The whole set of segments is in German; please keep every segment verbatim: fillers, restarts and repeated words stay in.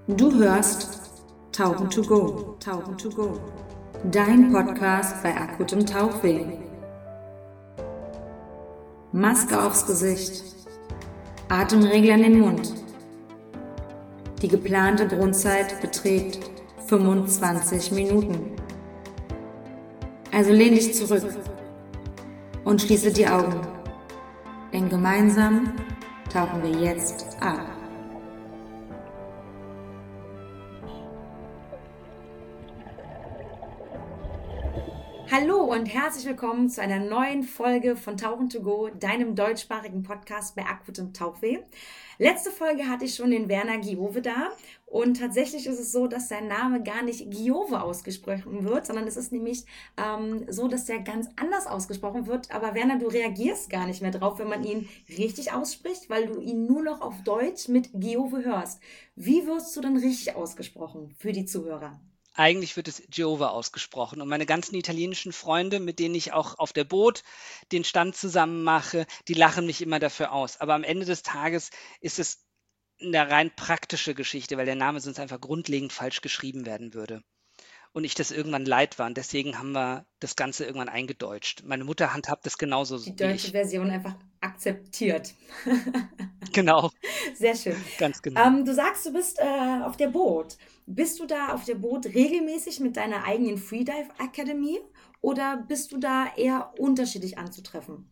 Du hörst Tauchen to go, Tauchen to go, dein Podcast bei akutem Tauchweh. Maske aufs Gesicht, Atemregler in den Mund. Die geplante Grundzeit beträgt fünfundzwanzig Minuten. Also lehn dich zurück und schließe die Augen, denn gemeinsam tauchen wir jetzt ab. Hallo und herzlich willkommen zu einer neuen Folge von Tauchen to go, deinem deutschsprachigen Podcast bei akutem Tauchweh. Letzte Folge hatte ich schon den Werner Giove da und tatsächlich ist es so, dass sein Name gar nicht Giove ausgesprochen wird, sondern es ist nämlich ähm, so, dass der ganz anders ausgesprochen wird. Aber Werner, du reagierst gar nicht mehr drauf, wenn man ihn richtig ausspricht, weil du ihn nur noch auf Deutsch mit Giove hörst. Wie wirst du denn richtig ausgesprochen für die Zuhörer? Eigentlich wird es Giove ausgesprochen. Und meine ganzen italienischen Freunde, mit denen ich auch auf der Boot den Stand zusammen mache, die lachen mich immer dafür aus. Aber am Ende des Tages ist es eine rein praktische Geschichte, weil der Name sonst einfach grundlegend falsch geschrieben werden würde. Und ich das irgendwann leid war. Und deswegen haben wir das Ganze irgendwann eingedeutscht. Meine Mutter handhabt das genauso Die wie deutsche ich. Version einfach akzeptiert. Genau, Sehr schön. ganz genau. Ähm, du sagst, du bist äh, auf der Boot. Bist du da auf der Boot regelmäßig mit deiner eigenen Freedive Academy oder bist du da eher unterschiedlich anzutreffen?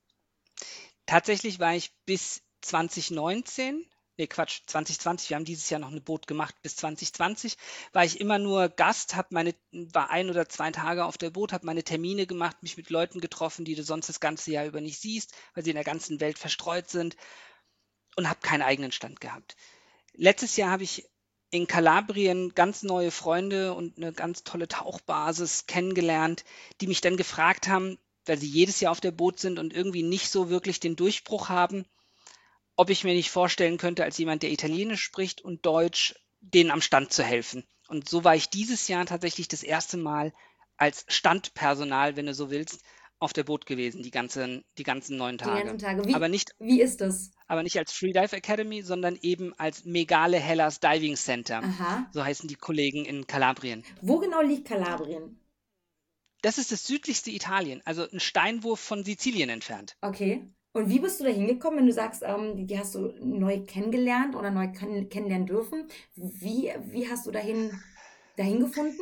Tatsächlich war ich bis zwanzig neunzehn, nee Quatsch, zwanzig zwanzig, wir haben dieses Jahr noch ein Boot gemacht, bis zwanzig zwanzig war ich immer nur Gast, hab meine, war ein oder zwei Tage auf der Boot, habe meine Termine gemacht, mich mit Leuten getroffen, die du sonst das ganze Jahr über nicht siehst, weil sie in der ganzen Welt verstreut sind und habe keinen eigenen Stand gehabt. Letztes Jahr habe ich in Kalabrien ganz neue Freunde und eine ganz tolle Tauchbasis kennengelernt, die mich dann gefragt haben, weil sie jedes Jahr auf der Boot sind und irgendwie nicht so wirklich den Durchbruch haben, ob ich mir nicht vorstellen könnte, als jemand, der Italienisch spricht und Deutsch, denen am Stand zu helfen. Und so war ich dieses Jahr tatsächlich das erste Mal als Standpersonal, wenn du so willst, auf der Boot gewesen, die ganzen, die ganzen neun Die ganzen Tage. Tage. Aber Wie, nicht, wie ist das? aber nicht als Freedive Academy, sondern eben als Megale Hellas Diving Center. Aha. So heißen die Kollegen in Kalabrien. Wo genau liegt Kalabrien? Das ist das südlichste Italien, also ein Steinwurf von Sizilien entfernt. Okay. Und wie bist du da hingekommen, wenn du sagst, ähm, die, die hast du neu kennengelernt oder neu kenn kennenlernen dürfen? Wie, wie hast du dahin, dahin gefunden?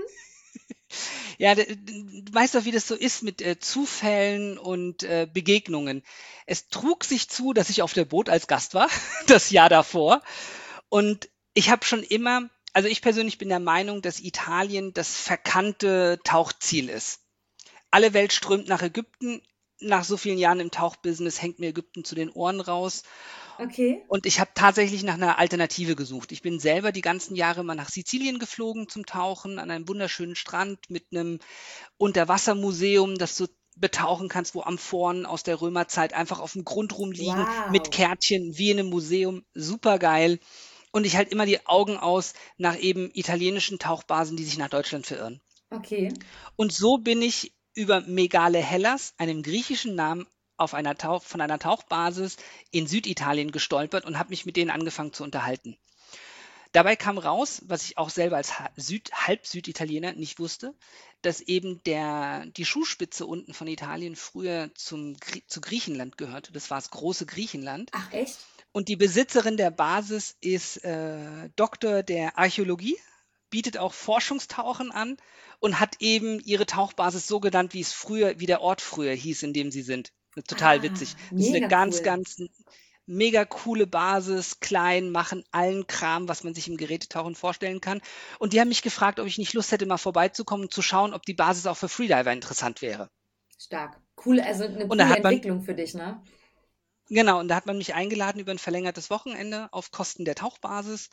Ja, d- d- du weißt doch, wie das so ist mit äh, Zufällen und äh, Begegnungen. Es trug sich zu, dass ich auf der Boot als Gast war, das Jahr davor. Und ich habe schon immer, also ich persönlich bin der Meinung, dass Italien das verkannte Tauchziel ist. Alle Welt strömt nach Ägypten. Nach so vielen Jahren im Tauchbusiness hängt mir Ägypten zu den Ohren raus. Okay. Und ich habe tatsächlich nach einer Alternative gesucht. Ich bin selber die ganzen Jahre mal nach Sizilien geflogen zum Tauchen, an einem wunderschönen Strand mit einem Unterwassermuseum, das du betauchen kannst, wo Amphoren aus der Römerzeit einfach auf dem Grund rumliegen, mit Wow. Kärtchen, wie in einem Museum. Super geil. Und ich halt immer die Augen aus nach eben italienischen Tauchbasen, die sich nach Deutschland verirren. Okay. Und so bin ich über Megale Hellas, einem griechischen Namen, auf einer Tauch, von einer Tauchbasis in Süditalien gestolpert und habe mich mit denen angefangen zu unterhalten. Dabei kam raus, was ich auch selber als Ha- Süd, Halb-Süditaliener nicht wusste, dass eben der, die Schuhspitze unten von Italien früher zum, Grie- zu Griechenland gehörte. Das war das große Griechenland. Ach, echt? Und die Besitzerin der Basis ist äh, Doktor der Archäologie, bietet auch Forschungstauchen an und hat eben ihre Tauchbasis so genannt, wie es früher, wie der Ort früher hieß, in dem sie sind. Total witzig. Ah, Das ist eine mega ganz, cool. ganz mega coole Basis, klein, machen allen Kram, was man sich im Gerätetauchen vorstellen kann. Und die haben mich gefragt, ob ich nicht Lust hätte, mal vorbeizukommen und zu schauen, ob die Basis auch für Freediver interessant wäre. Stark. Coole, also eine Und da coole hat man, Entwicklung für dich, ne? genau, und da hat man mich eingeladen über ein verlängertes Wochenende auf Kosten der Tauchbasis,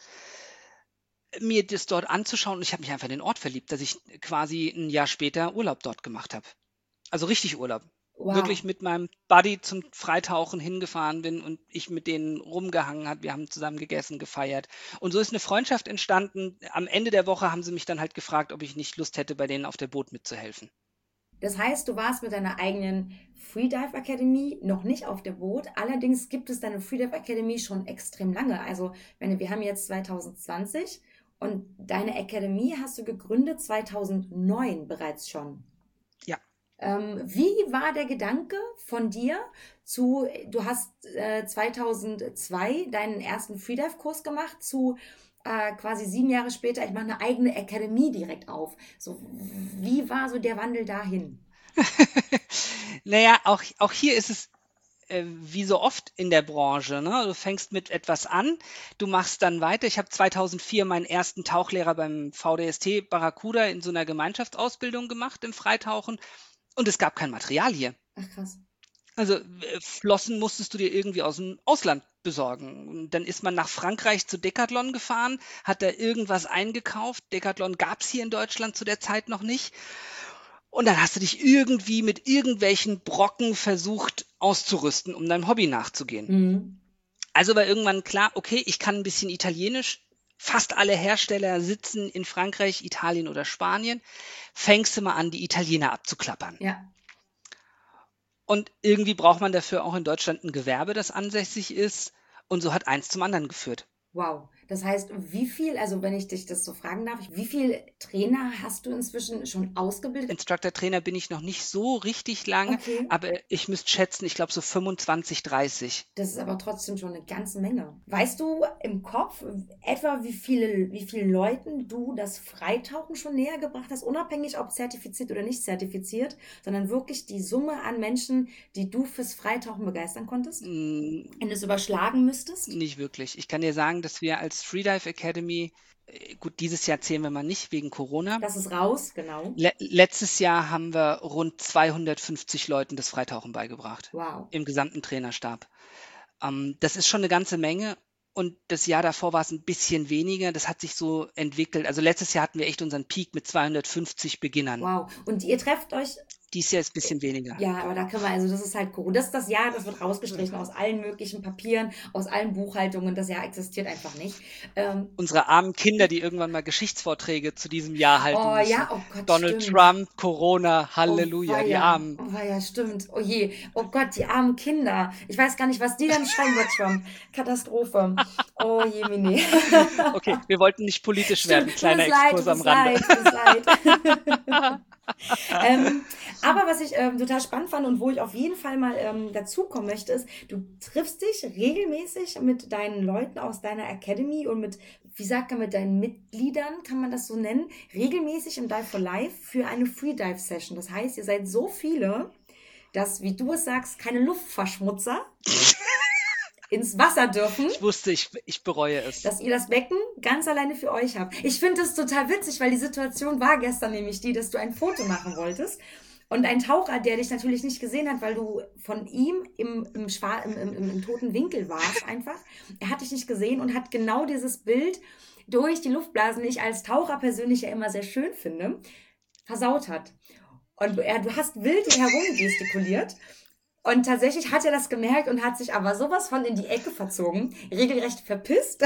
mir das dort anzuschauen. Und ich habe mich einfach in den Ort verliebt, dass ich quasi ein Jahr später Urlaub dort gemacht habe. Also richtig Urlaub. Wirklich Wow. mit meinem Buddy zum Freitauchen hingefahren bin und ich mit denen rumgehangen habe. Wir haben zusammen gegessen, gefeiert. Und so ist eine Freundschaft entstanden. Am Ende der Woche haben sie mich dann halt gefragt, ob ich nicht Lust hätte, bei denen auf der Boot mitzuhelfen. Das heißt, du warst mit deiner eigenen Freedive Academy noch nicht auf der Boot. Allerdings gibt es deine Freedive Academy schon extrem lange. Also, wenn wir haben jetzt zwanzig zwanzig Und deine Academy hast du gegründet zweitausendneun bereits schon. Ja. Ähm, wie war der Gedanke von dir zu, du hast äh, zweitausendzwei deinen ersten Freedive-Kurs gemacht, zu äh, quasi sieben Jahre später, ich mache eine eigene Academy direkt auf. So, wie war so der Wandel dahin? Naja, auch, auch hier ist es äh, wie so oft in der Branche, ne? Du fängst mit etwas an, du machst dann weiter. Ich habe zweitausendvier meinen ersten Tauchlehrer beim V D S T Barracuda in so einer Gemeinschaftsausbildung gemacht im Freitauchen und es gab kein Material hier. Ach krass. Also äh, Flossen musstest du dir irgendwie aus dem Ausland besorgen. Und dann ist man nach Frankreich zu Decathlon gefahren, hat da irgendwas eingekauft. Decathlon gab es hier in Deutschland zu der Zeit noch nicht. Und dann hast du dich irgendwie mit irgendwelchen Brocken versucht auszurüsten, um deinem Hobby nachzugehen. Mhm. Also war irgendwann klar, okay, ich kann ein bisschen Italienisch. Fast alle Hersteller sitzen in Frankreich, Italien oder Spanien. Fängst du mal an, die Italiener abzuklappern. Ja. Und irgendwie braucht man dafür auch in Deutschland ein Gewerbe, das ansässig ist. Und so hat eins zum anderen geführt. Wow. Das heißt, wie viel, also wenn ich dich das so fragen darf, wie viel Trainer hast du inzwischen schon ausgebildet? Instructor-Trainer bin ich noch nicht so richtig lange, Okay. aber ich müsste schätzen, ich glaube so fünfundzwanzig, dreißig. Das ist aber trotzdem schon eine ganze Menge. Weißt du im Kopf etwa, wie viele, wie vielen Leuten du das Freitauchen schon näher gebracht hast, unabhängig ob zertifiziert oder nicht zertifiziert, sondern wirklich die Summe an Menschen, die du fürs Freitauchen begeistern konntest? Mm, Wenn du es überschlagen müsstest? Nicht wirklich. Ich kann dir sagen, dass wir als Freedive Academy, äh, gut, dieses Jahr zählen wir mal nicht wegen Corona. Das ist raus, genau. Le letztes Jahr haben wir rund zweihundertfünfzig Leuten das Freitauchen beigebracht, Wow. im gesamten Trainerstab. Ähm, das ist schon eine ganze Menge. Und das Jahr davor war es ein bisschen weniger. Das hat sich so entwickelt. Also letztes Jahr hatten wir echt unseren Peak mit zweihundertfünfzig Beginnern. Wow. Und ihr trefft euch. Dieses Jahr ist ein bisschen weniger. Ja, aber da können wir, also das ist halt Corona. Das ist das Jahr, das wird rausgestrichen aus allen möglichen Papieren, aus allen Buchhaltungen. Das Jahr existiert einfach nicht. Ähm, Unsere armen Kinder, die irgendwann mal Geschichtsvorträge zu diesem Jahr halten oh müssen. ja, oh Gott, Donald stimmt. Trump, Corona, Oh Halleluja, die weia, Armen. oh weia, stimmt. Oh je, oh Gott, die armen Kinder. Ich weiß gar nicht, was die dann schreiben wird, Trump. Katastrophe. Oh je, Mini. Okay, wir wollten nicht politisch Stimmt, werden. tut uns Kleiner leid, Exkurs tut am uns Rande. leid, tut uns leid. ähm, aber was ich ähm, total spannend fand und wo ich auf jeden Fall mal ähm, dazukommen möchte, ist, du triffst dich regelmäßig mit deinen Leuten aus deiner Academy und mit, wie sagt man, mit deinen Mitgliedern, kann man das so nennen, regelmäßig im Dive for Life für eine Freedive-Session. Das heißt, ihr seid so viele, dass, wie du es sagst, keine Luftverschmutzer ins Wasser dürfen, Ich wusste, ich, ich bereue es. dass ihr das Becken ganz alleine für euch habt. Ich finde das total witzig, weil die Situation war gestern nämlich die, dass du ein Foto machen wolltest und ein Taucher, der dich natürlich nicht gesehen hat, weil du von ihm im, im, Schwa- im, im, im, im toten Winkel warst einfach. Er hat dich nicht gesehen und hat genau dieses Bild durch die Luftblasen, die ich als Taucher persönlich ja immer sehr schön finde, versaut hat. Und er, du hast wild herumgestikuliert. Und tatsächlich hat er das gemerkt und hat sich aber sowas von in die Ecke verzogen, regelrecht verpisst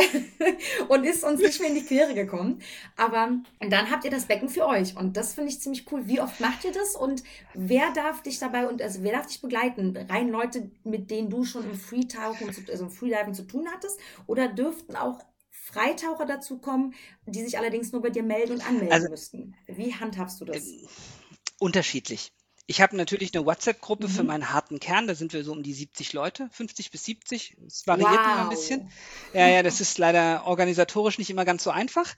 und ist uns nicht mehr in die Quere gekommen. Aber dann habt ihr das Becken für euch und das finde ich ziemlich cool. Wie oft macht ihr das und wer darf dich dabei und also wer darf dich begleiten? Rein Leute, mit denen du schon im Freetauchen, also im Freediven zu tun hattest, oder dürften auch Freitaucher dazu kommen, die sich allerdings nur bei dir melden und anmelden Also müssten? Wie handhabst du das? äh, unterschiedlich. Ich habe natürlich eine WhatsApp-Gruppe für Mhm. meinen harten Kern, da sind wir so um die siebzig Leute, fünfzig bis siebzig. Es variiert immer ein bisschen. Wow. Ja, ja, das ist leider organisatorisch nicht immer ganz so einfach.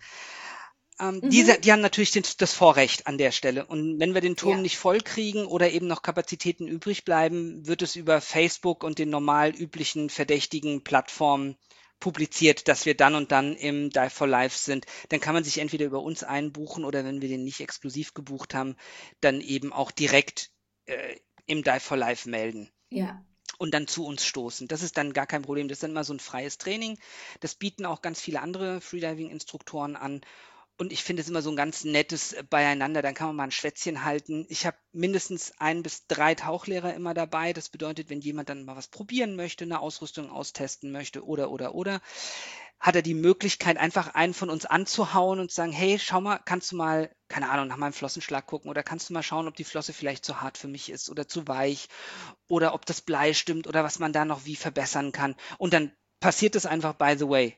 Ähm, Mhm. diese, die haben natürlich den, das Vorrecht an der Stelle. Und wenn wir den Turm Ja. nicht voll kriegen oder eben noch Kapazitäten übrig bleiben, wird es über Facebook und den normal üblichen verdächtigen Plattformen publiziert, dass wir dann und dann im Dive for Life sind. Dann kann man sich entweder über uns einbuchen oder wenn wir den nicht exklusiv gebucht haben, dann eben auch direkt äh, im Dive for Life melden Ja. und dann zu uns stoßen. Das ist dann gar kein Problem. Das ist dann immer so ein freies Training. Das bieten auch ganz viele andere Freediving-Instruktoren an. Und ich finde es immer so ein ganz nettes äh, Beieinander. Dann kann man mal ein Schwätzchen halten. Ich habe mindestens ein bis drei Tauchlehrer immer dabei. Das bedeutet, wenn jemand dann mal was probieren möchte, eine Ausrüstung austesten möchte oder, oder, oder, hat er die Möglichkeit, einfach einen von uns anzuhauen und zu sagen, hey, schau mal, kannst du mal, keine Ahnung, nach meinem Flossenschlag gucken oder kannst du mal schauen, ob die Flosse vielleicht zu hart für mich ist oder zu weich oder ob das Blei stimmt oder was man da noch wie verbessern kann. Und dann passiert es einfach by the way.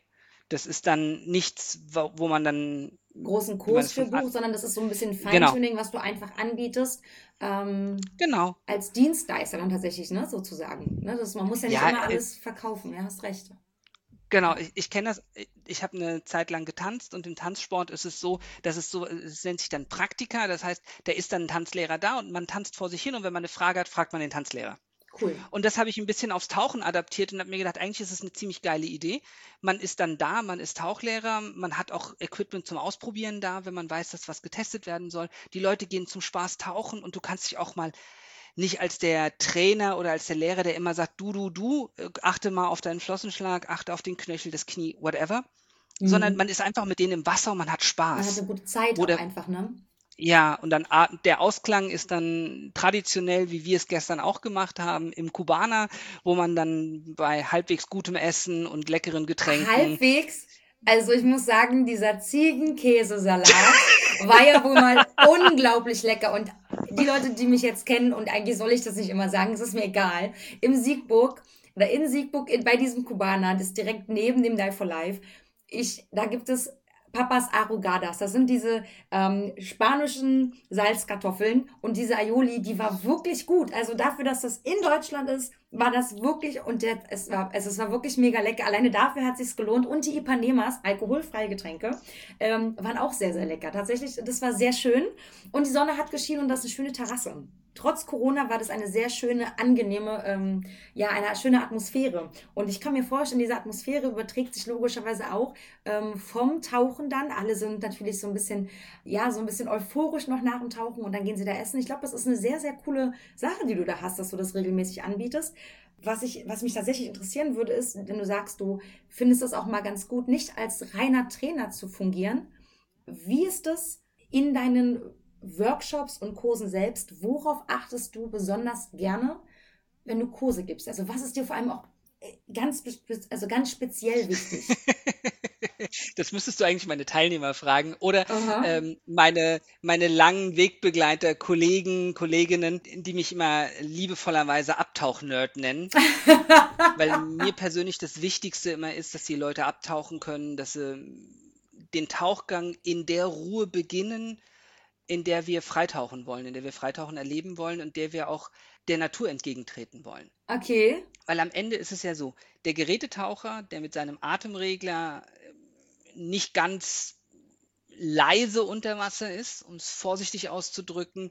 Das ist dann nichts, wo, wo man dann, Großen wie man Kurs das für von, a- buchst, sondern das ist so ein bisschen genau, Feintuning, was du einfach anbietest, ähm, genau. als Dienstleister dann tatsächlich, ne, sozusagen. Ne? Das, man muss ja nicht Ja, immer äh, alles verkaufen, ja, hast recht. genau. Ja. Ich, ich kenne das. äh, Ich habe eine Zeit lang getanzt und im Tanzsport ist es so, dass es so, es nennt sich dann Praktika. Das heißt, da ist dann ein Tanzlehrer da und man tanzt vor sich hin und wenn man eine Frage hat, fragt man den Tanzlehrer. Cool. Und das habe ich ein bisschen aufs Tauchen adaptiert und habe mir gedacht, eigentlich ist es eine ziemlich geile Idee. Man ist dann da, man ist Tauchlehrer, man hat auch Equipment zum Ausprobieren da, wenn man weiß, dass was getestet werden soll. Die Leute gehen zum Spaß tauchen und du kannst dich auch mal nicht als der Trainer oder als der Lehrer, der immer sagt, du, du, du, äh, achte mal auf deinen Flossenschlag, achte auf den Knöchel, das Knie, whatever, sondern Mhm. man ist einfach mit denen im Wasser und man hat Man hat Spaß. eine gute Zeit Wo auch der, einfach, ne? ja, und dann a- der Ausklang ist dann traditionell, wie wir es gestern auch gemacht haben, im Kubaner, wo man dann bei halbwegs gutem Essen und leckeren Getränken, Halbwegs. Also ich muss sagen, dieser Ziegenkäsesalat war ja wohl mal unglaublich lecker. Und die Leute, die mich jetzt kennen, und eigentlich soll ich das nicht immer sagen, es ist mir egal, im Siegburg oder in Siegburg in, bei diesem Kubaner, das ist direkt neben dem Die for Life, ich, da gibt es Papas Arrugadas. Das sind diese ähm, spanischen Salzkartoffeln und diese Aioli, die war wirklich gut. Also dafür, dass das in Deutschland ist, war das wirklich und der, es war also es war wirklich mega lecker. Alleine dafür hat sich's gelohnt und die Ipanemas, alkoholfreie Getränke, ähm, waren auch sehr sehr lecker. Tatsächlich, das war sehr schön und die Sonne hat geschienen und das ist eine schöne Terrasse. Trotz Corona war das eine sehr schöne, angenehme, ähm, ja, eine schöne Atmosphäre. Und ich kann mir vorstellen, diese Atmosphäre überträgt sich logischerweise auch ähm, vom Tauchen dann. Alle sind natürlich so ein bisschen, ja, so ein bisschen euphorisch noch nach dem Tauchen und dann gehen sie da essen. Ich glaube, das ist eine sehr, sehr coole Sache, die du da hast, dass du das regelmäßig anbietest. Was, ich, was mich tatsächlich interessieren würde, ist, wenn du sagst, du findest es auch mal ganz gut, nicht als reiner Trainer zu fungieren. Wie ist das in deinen Workshops und Kursen selbst? Worauf achtest du besonders gerne, wenn du Kurse gibst? Also was ist dir vor allem auch äh, ganz, also ganz speziell wichtig? das müsstest du eigentlich meine Teilnehmer fragen oder Aha. ähm, meine, meine langen Wegbegleiter, Kollegen, Kolleginnen, die mich immer liebevollerweise Abtauch-Nerd nennen. Weil mir persönlich das Wichtigste immer ist, dass die Leute abtauchen können, dass sie den Tauchgang in der Ruhe beginnen, in der wir freitauchen wollen, in der wir Freitauchen erleben wollen und der wir auch der Natur entgegentreten wollen. Okay. Weil am Ende ist es ja so, der Gerätetaucher, der mit seinem Atemregler äh, nicht ganz leise unter Wasser ist, um es vorsichtig auszudrücken,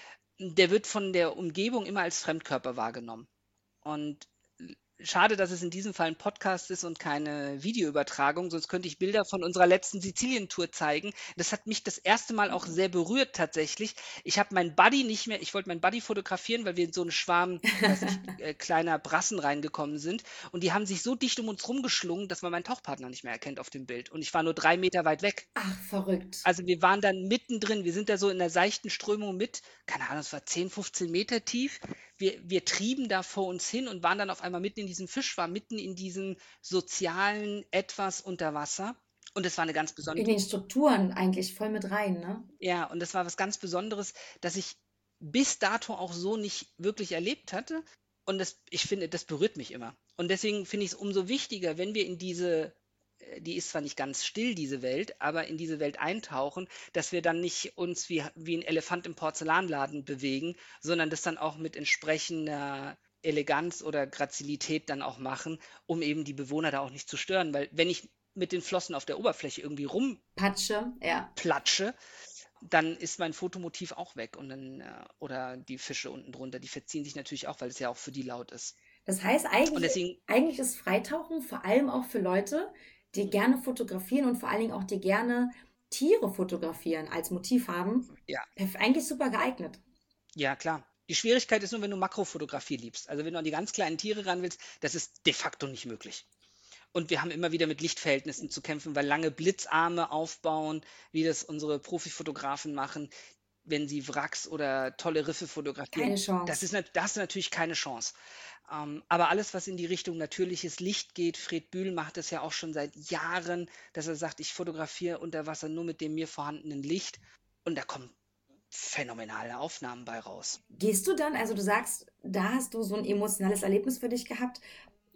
der wird von der Umgebung immer als Fremdkörper wahrgenommen. Und schade, dass es in diesem Fall ein Podcast ist und keine Videoübertragung, sonst könnte ich Bilder von unserer letzten Sizilien-Tour zeigen. Das hat mich das erste Mal auch sehr berührt tatsächlich. Ich habe meinen Buddy nicht mehr, ich wollte meinen Buddy fotografieren, weil wir in so einen Schwarm, weiß nicht, äh, kleiner Brassen reingekommen sind und die haben sich so dicht um uns rumgeschlungen, dass man meinen Tauchpartner nicht mehr erkennt auf dem Bild. Und ich war nur drei Meter weit weg. Ach, verrückt. Also wir waren dann mittendrin, wir sind da so in der seichten Strömung mit, keine Ahnung, es war zehn, fünfzehn Meter tief. Wir, wir trieben da vor uns hin und waren dann auf einmal mitten in diesem Fischschwarm, mitten in diesem sozialen Etwas unter Wasser. Und es war eine ganz In besondere, den Strukturen eigentlich voll mit rein, ne? ja, und das war was ganz Besonderes, dass ich bis dato auch so nicht wirklich erlebt hatte. Und das, ich finde, das berührt mich immer. Und deswegen finde ich es umso wichtiger, wenn wir in diese, äh, die ist zwar nicht ganz still, diese Welt, aber in diese Welt eintauchen, dass wir dann nicht uns wie, wie ein Elefant im Porzellanladen bewegen, sondern das dann auch mit entsprechender Eleganz oder Grazilität dann auch machen, um eben die Bewohner da auch nicht zu stören. Weil wenn ich mit den Flossen auf der Oberfläche irgendwie Patsche, ja. rumplatsche, dann ist mein Fotomotiv auch weg und dann, äh, oder die Fische unten drunter, die verziehen sich natürlich auch, weil es ja auch für die laut ist. Das heißt, Und eigentlich, deswegen, eigentlich ist Freitauchen vor allem auch für Leute, die gerne fotografieren und vor allen Dingen auch die gerne Tiere fotografieren als Motiv haben, ja, perf- eigentlich super geeignet. ja klar. Die Schwierigkeit ist nur, wenn du Makrofotografie liebst. Also wenn du an die ganz kleinen Tiere ran willst, das ist de facto nicht möglich. Und wir haben immer wieder mit Lichtverhältnissen zu kämpfen, weil lange Blitzarme aufbauen, wie das unsere Profifotografen machen, wenn sie Wracks oder tolle Riffe fotografieren. Keine Das Chance. ist, nat- da hast du natürlich keine Chance. Ähm, aber alles, was in die Richtung natürliches Licht geht, Fred Bühl macht das ja auch schon seit Jahren, dass er sagt, ich fotografiere unter Wasser nur mit dem mir vorhandenen Licht. Und da kommen phänomenale Aufnahmen bei raus. Gehst du dann, also du sagst, da hast du so ein emotionales Erlebnis für dich gehabt.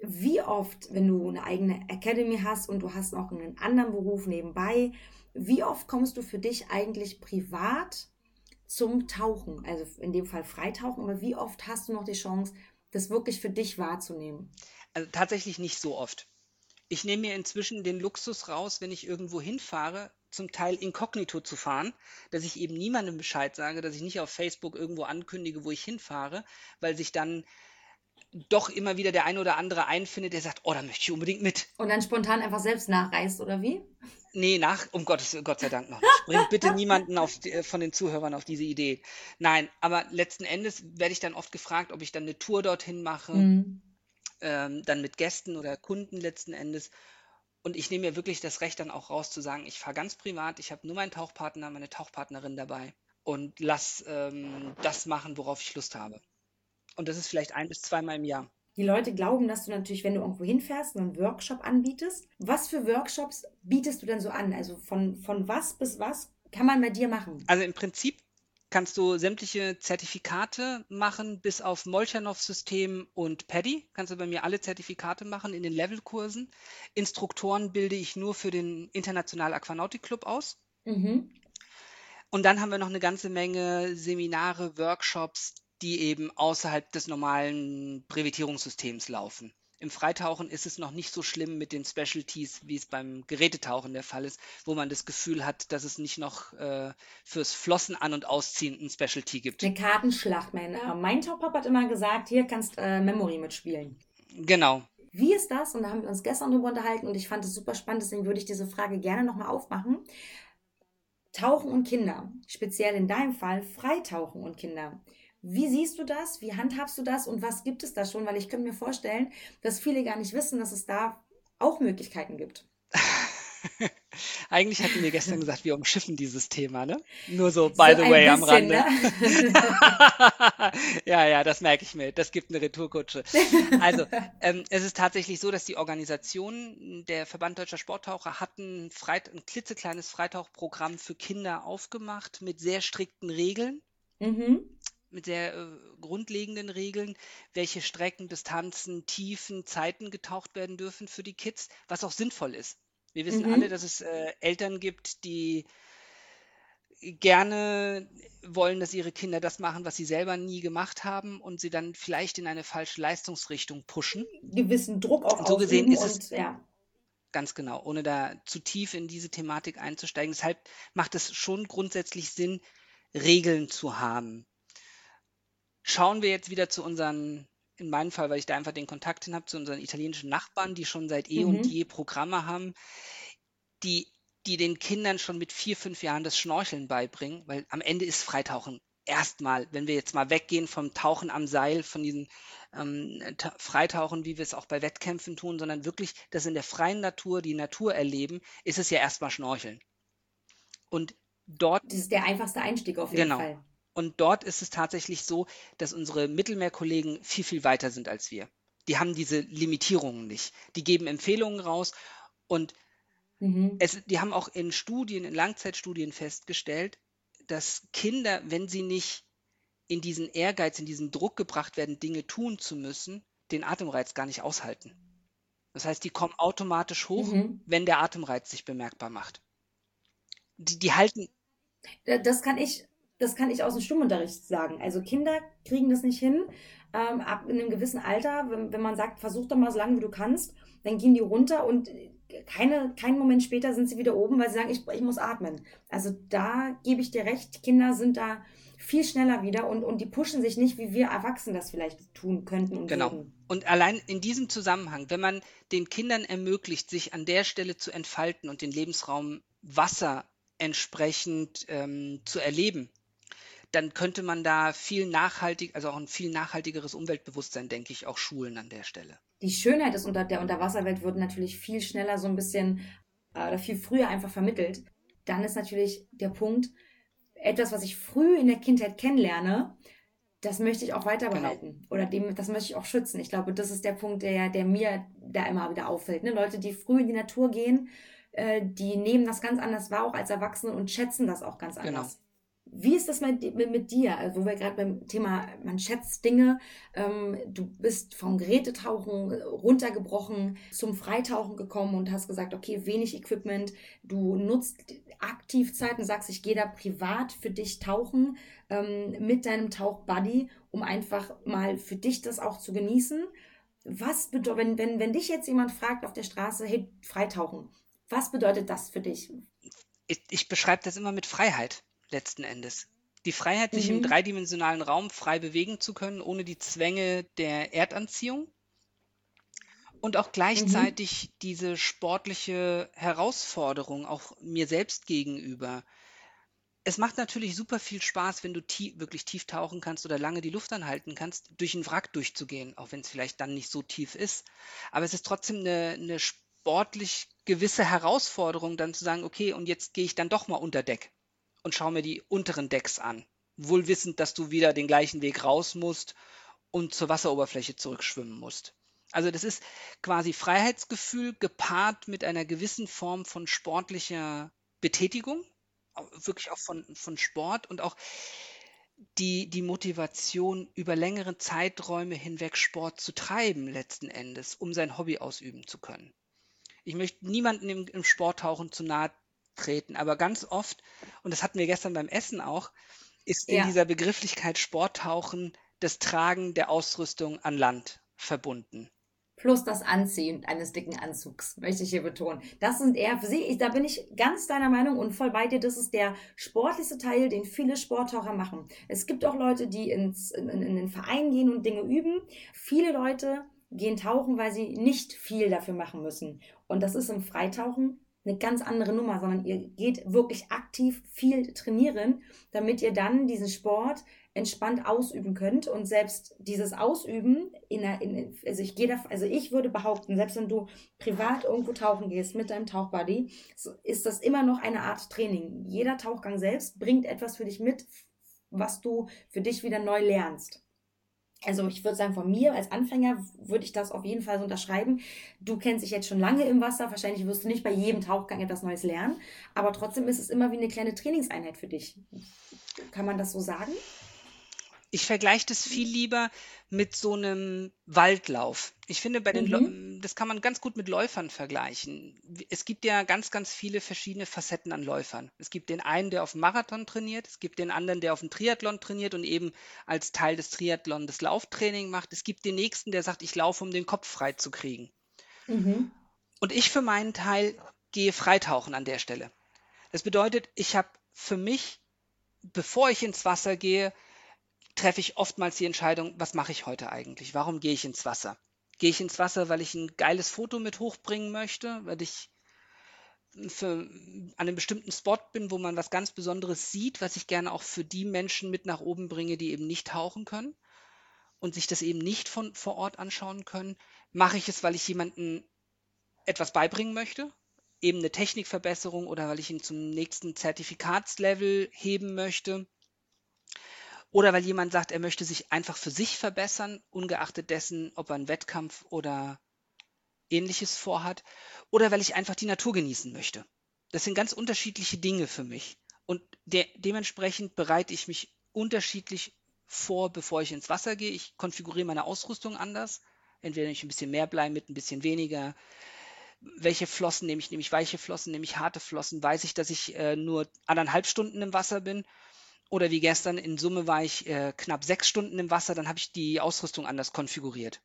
wie oft, wenn du eine eigene Academy hast und du hast noch einen anderen Beruf nebenbei, wie oft kommst du für dich eigentlich privat zum Tauchen? Also in dem Fall Freitauchen, aber wie oft hast du noch die Chance, das wirklich für dich wahrzunehmen? Also tatsächlich nicht so oft. Ich nehme mir inzwischen den Luxus raus, wenn ich irgendwo hinfahre, zum Teil inkognito zu fahren, dass ich eben niemandem Bescheid sage, dass ich nicht auf Facebook irgendwo ankündige, wo ich hinfahre, weil sich dann doch immer wieder der ein oder andere einfindet, der sagt, oh, da möchte ich unbedingt mit. Und dann spontan einfach selbst nachreist, oder wie? Nee, nach, um Gottes, Gott sei Dank noch nicht. Bringt bitte niemanden auf, die- äh, von den Zuhörern auf diese Idee. Nein, aber letzten Endes werde ich dann oft gefragt, ob ich dann eine Tour dorthin mache, Mhm. ähm, dann mit Gästen oder Kunden letzten Endes. Und ich nehme mir wirklich das Recht dann auch raus zu sagen, ich fahre ganz privat, ich habe nur meinen Tauchpartner, meine Tauchpartnerin dabei und lass ähm, das machen, worauf ich Lust habe. Und das ist vielleicht ein bis zweimal im Jahr. Die Leute glauben, dass du natürlich, wenn du irgendwo hinfährst, einen Workshop anbietest. Was für Workshops bietest du denn so an? Also von, von was bis was kann man bei dir machen? Also im Prinzip kannst du sämtliche Zertifikate machen, bis auf Molchanov-System und PADI. Kannst du bei mir alle Zertifikate machen in den Levelkursen. Instruktoren bilde ich nur für den International Aquanautic Club aus. Mhm. Und dann haben wir noch eine ganze Menge Seminare, Workshops, die eben außerhalb des normalen Brevetierungssystems laufen. Im Freitauchen ist es noch nicht so schlimm mit den Specialties, wie es beim Gerätetauchen der Fall ist, wo man das Gefühl hat, dass es nicht noch äh, fürs Flossen an- und ausziehen ein Specialty gibt. Eine Kartenschlacht. Mein, äh, mein Top-Up hat immer gesagt, hier kannst äh, Memory mitspielen. Genau. Wie ist das? Und da haben wir uns gestern drüber unterhalten und ich fand es super spannend, deswegen würde ich diese Frage gerne nochmal aufmachen. Tauchen und Kinder, speziell in deinem Fall Freitauchen und Kinder. Wie siehst du das? Wie handhabst du das? Und was gibt es da schon? Weil ich könnte mir vorstellen, dass viele gar nicht wissen, dass es da auch Möglichkeiten gibt. Eigentlich hatten wir gestern gesagt, wir umschiffen dieses Thema, ne? Nur so, So by the ein way, am bisschen, Rande. ne? Ja, ja, das merke ich mir. Das gibt eine Retourkutsche. Also, ähm, es ist tatsächlich so, dass die Organisation, der Verband Deutscher Sporttaucher, hat ein, Freit ein klitzekleines Freitauchprogramm für Kinder aufgemacht mit sehr strikten Regeln, Mhm. mit sehr äh, grundlegenden Regeln, welche Strecken, Distanzen, Tiefen, Zeiten getaucht werden dürfen für die Kids, was auch sinnvoll ist. Wir wissen alle, Mhm. dass es äh, Eltern gibt, die gerne wollen, dass ihre Kinder das machen, was sie selber nie gemacht haben und sie dann vielleicht in eine falsche Leistungsrichtung pushen. Gewissen Druck auch Und so gesehen ausüben ist es und ja. ganz genau, ohne da zu tief in diese Thematik einzusteigen. Deshalb macht es schon grundsätzlich Sinn, Regeln zu haben. Schauen wir jetzt wieder zu unseren, in meinem Fall, weil ich da einfach den Kontakt hin habe, zu unseren italienischen Nachbarn, die schon seit eh und Mhm. je Programme haben, die, die den Kindern schon mit vier, fünf Jahren das Schnorcheln beibringen, weil am Ende ist Freitauchen erstmal, wenn wir jetzt mal weggehen vom Tauchen am Seil, von diesem ähm, Ta- Freitauchen, wie wir es auch bei Wettkämpfen tun, sondern wirklich das in der freien Natur, die Natur erleben, ist es ja erstmal Schnorcheln. Und dort, Das ist der einfachste Einstieg auf jeden genau, Fall. und dort ist es tatsächlich so, dass unsere Mittelmeerkollegen viel, viel weiter sind als wir. Die haben diese Limitierungen nicht. Die geben Empfehlungen raus und Mhm. es, die haben auch in Studien, in Langzeitstudien festgestellt, dass Kinder, wenn sie nicht in diesen Ehrgeiz, in diesen Druck gebracht werden, Dinge tun zu müssen, den Atemreiz gar nicht aushalten. Das heißt, die kommen automatisch hoch, Mhm. wenn der Atemreiz sich bemerkbar macht. Die, die halten, Da- Das kann ich, das kann ich aus dem Schwimmunterricht sagen. Also Kinder kriegen das nicht hin. Ähm, ab in einem gewissen Alter, wenn, wenn man sagt, versuch doch mal so lange wie du kannst, dann gehen die runter und keine, keinen Moment später sind sie wieder oben, weil sie sagen, ich, ich muss atmen. Also da gebe ich dir recht, Kinder sind da viel schneller wieder und, und die pushen sich nicht, wie wir Erwachsene das vielleicht tun könnten und genau. würden. Und allein in diesem Zusammenhang, wenn man den Kindern ermöglicht, sich an der Stelle zu entfalten und den Lebensraum Wasser entsprechend ähm, zu erleben, dann könnte man da viel nachhaltig, also auch ein viel nachhaltigeres Umweltbewusstsein, denke ich, auch schulen an der Stelle. Die Schönheit des unter der Unterwasserwelt wird natürlich viel schneller so ein bisschen äh, oder viel früher einfach vermittelt. Dann ist natürlich der Punkt, etwas, was ich früh in der Kindheit kennenlerne, das möchte ich auch weiter Genau, behalten. Oder dem, das möchte ich auch schützen. Ich glaube, das ist der Punkt, der, der mir da immer wieder auffällt. Ne? Leute, die früh in die Natur gehen, äh, die nehmen das ganz anders wahr, auch als Erwachsene und schätzen das auch ganz genau. anders. Wie ist das mit, mit, mit dir? Also, wo wir gerade beim Thema, man schätzt Dinge, ähm, du bist vom Gerätetauchen runtergebrochen, zum Freitauchen gekommen und hast gesagt, okay, wenig Equipment, du nutzt aktiv Zeit und sagst, ich gehe da privat für dich tauchen, ähm, mit deinem Tauchbuddy, um einfach mal für dich das auch zu genießen. Was bedeutet, wenn, wenn, wenn dich jetzt jemand fragt auf der Straße, hey, Freitauchen, was bedeutet das für dich? Ich, ich beschreibe das immer mit Freiheit letzten Endes. Die Freiheit, sich im Mhm, dreidimensionalen Raum frei bewegen zu können, ohne die Zwänge der Erdanziehung und auch mhm. gleichzeitig diese sportliche Herausforderung auch mir selbst gegenüber. Es macht natürlich super viel Spaß, wenn du tie wirklich tief tauchen kannst oder lange die Luft anhalten kannst, durch 'n Wrack durchzugehen, auch wenn es vielleicht dann nicht so tief ist. Aber es ist trotzdem eine 'ne sportlich gewisse Herausforderung, dann zu sagen: „Okay, und jetzt gehe ich dann doch mal unter Deck und schaue mir die unteren Decks an“, wohl wissend, dass du wieder den gleichen Weg raus musst und zur Wasseroberfläche zurückschwimmen musst. Also, das ist quasi Freiheitsgefühl gepaart mit einer gewissen Form von sportlicher Betätigung, au wirklich auch von von Sport und auch die die Motivation, über längere Zeiträume hinweg Sport zu treiben letzten Endes, um sein Hobby ausüben zu können. Ich möchte niemanden im im Sporttauchen zu nahe treten, aber ganz oft, und das hatten wir gestern beim Essen auch, ist in Ja. dieser Begrifflichkeit Sporttauchen das Tragen der Ausrüstung an Land verbunden. Plus das Anziehen eines dicken Anzugs, möchte ich hier betonen. Das sind eher, sehe ich, da bin ich ganz deiner Meinung und voll bei dir. Das ist der sportlichste Teil, den viele Sporttaucher machen. Es gibt auch Leute, die ins, in, in, in den Verein gehen und Dinge üben. Viele Leute gehen tauchen, weil sie nicht viel dafür machen müssen. Und das ist im Freitauchen eine ganz andere Nummer, sondern ihr geht wirklich aktiv viel trainieren, damit ihr dann diesen Sport entspannt ausüben könnt. Und selbst dieses Ausüben, in der, in, also ich gehe da, also ich würde behaupten, selbst wenn du privat irgendwo tauchen gehst mit deinem Tauchbuddy, so ist das immer noch eine Art Training. Jeder Tauchgang selbst bringt etwas für dich mit, was du für dich wieder neu lernst. Also ich würde sagen, von mir als Anfänger würde ich das auf jeden Fall so unterschreiben. Du kennst dich jetzt schon lange im Wasser, wahrscheinlich wirst du nicht bei jedem Tauchgang etwas Neues lernen, aber trotzdem ist es immer wie eine kleine Trainingseinheit für dich. Kann man das so sagen? Ich vergleiche das viel lieber mit so einem Waldlauf. Ich finde, bei den Läu Mhm. das kann man ganz gut mit Läufern vergleichen. W Es gibt ja ganz, ganz viele verschiedene Facetten an Läufern. Es gibt den einen, der auf 'n Marathon trainiert, es gibt den anderen, der auf 'n Triathlon trainiert und eben als Teil des Triathlon das Lauftraining macht. Es gibt den nächsten, der sagt: „Ich laufe, um den Kopf frei zu kriegen.“ Mhm. Und ich für meinen Teil gehe freitauchen an der Stelle. Das bedeutet, ich habe für mich, bevor ich ins Wasser gehe, treffe ich oftmals die Entscheidung: „Was mache ich heute eigentlich? Warum gehe ich ins Wasser?“ Gehe ich ins Wasser, weil ich ein geiles Foto mit hochbringen möchte, weil ich für an einem bestimmten Spot bin, wo man was ganz Besonderes sieht, was ich gerne auch für die Menschen mit nach oben bringe, die eben nicht tauchen können und sich das eben nicht von vor Ort anschauen können? Mache ich es, weil ich jemanden etwas beibringen möchte, eben eine Technikverbesserung oder weil ich ihn zum nächsten Zertifikatslevel heben möchte? Oder weil jemand sagt, er möchte sich einfach für sich verbessern, ungeachtet dessen, ob er einen Wettkampf oder Ähnliches vorhat. Oder weil ich einfach die Natur genießen möchte. Das sind ganz unterschiedliche Dinge für mich. Und de dementsprechend bereite ich mich unterschiedlich vor, bevor ich ins Wasser gehe. Ich konfiguriere meine Ausrüstung anders. Entweder nehme ich ein bisschen mehr Blei mit, ein bisschen weniger. Welche Flossen nehme ich? Nehme ich weiche Flossen? Nehme ich harte Flossen? Weiß ich, dass ich äh, nur anderthalb Stunden im Wasser bin? Oder wie gestern, in Summe war ich äh, knapp sechs Stunden im Wasser, dann habe ich die Ausrüstung anders konfiguriert,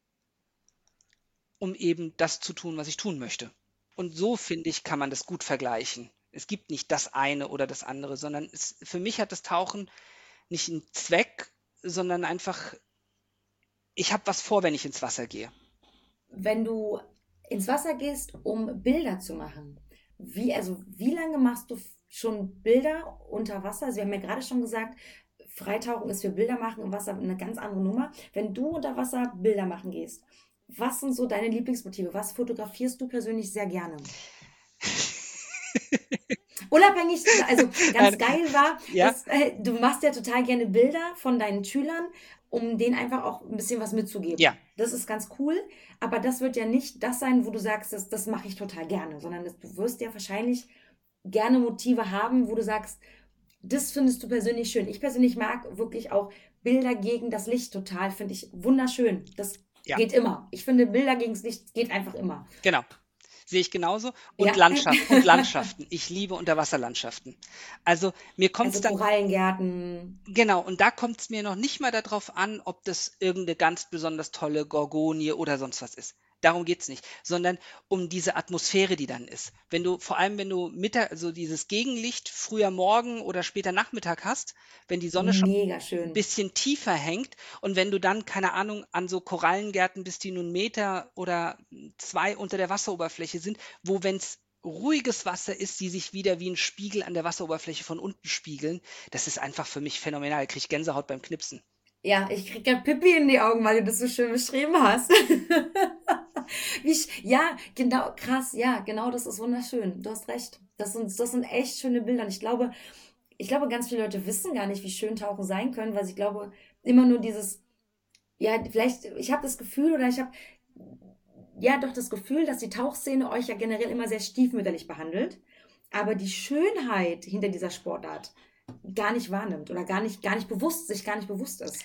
um eben das zu tun, was ich tun möchte. Und so, finde ich, kann man das gut vergleichen. Es gibt nicht das eine oder das andere, sondern es, für mich hat das Tauchen nicht einen Zweck, sondern einfach, ich habe was vor, wenn ich ins Wasser gehe. Wenn du ins Wasser gehst, um Bilder zu machen, wie, also wie lange machst du schon Bilder unter Wasser? Also wir haben ja gerade schon gesagt, Freitauchen ist für Bilder machen im Wasser eine ganz andere Nummer. Wenn du unter Wasser Bilder machen gehst, was sind so deine Lieblingsmotive? Was fotografierst du persönlich sehr gerne? Unabhängig, also ganz Nein, geil war, ja, dass äh, du machst ja total gerne Bilder von deinen Schülern, um denen einfach auch ein bisschen was ja. mitzugeben. Das ist ganz cool, aber das wird ja nicht das sein, wo du sagst, das, das mache ich total gerne, sondern das, du wirst ja wahrscheinlich gerne Motive haben, wo du sagst, das findest du persönlich schön. Ich persönlich mag wirklich auch Bilder gegen das Licht total, finde ich wunderschön. Das Ja, geht immer. Ich finde, Bilder gegen das Licht geht einfach immer. genau. Sehe ich genauso. Und Ja, Landschaft und Landschaften. Ich liebe Unterwasserlandschaften. Also mir kommt es also dann, Korallengärten. genau, und da kommt es mir noch nicht mal darauf an, ob das irgendeine ganz besonders tolle Gorgonie oder sonst was ist. Darum geht es nicht, sondern um diese Atmosphäre, die dann ist. Wenn du, vor allem wenn du Mittag, also dieses Gegenlicht früher Morgen oder später Nachmittag hast, wenn die Sonne schon Mega ein schön. bisschen tiefer hängt und wenn du dann, keine Ahnung, an so Korallengärten bist, die nun einen Meter oder zwei unter der Wasseroberfläche sind, wo, wenn es ruhiges Wasser ist, die sich wieder wie ein Spiegel an der Wasseroberfläche von unten spiegeln, das ist einfach für mich phänomenal. Ich kriege Gänsehaut beim Knipsen. Ja, ich krieg grad Pipi in die Augen, weil du das so schön beschrieben hast. Wie ich, ja, genau, krass, ja, genau, das ist wunderschön. Du hast recht. Das sind, das sind echt schöne Bilder. Und ich glaube, ich glaube, ganz viele Leute wissen gar nicht, wie schön Tauchen sein können, weil ich glaube, immer nur dieses, ja, vielleicht, ich habe das Gefühl oder ich habe, ja, doch das Gefühl, dass die Tauchszene euch ja generell immer sehr stiefmütterlich behandelt, aber die Schönheit hinter dieser Sportart gar nicht wahrnimmt oder gar nicht, gar nicht bewusst, sich gar nicht bewusst ist.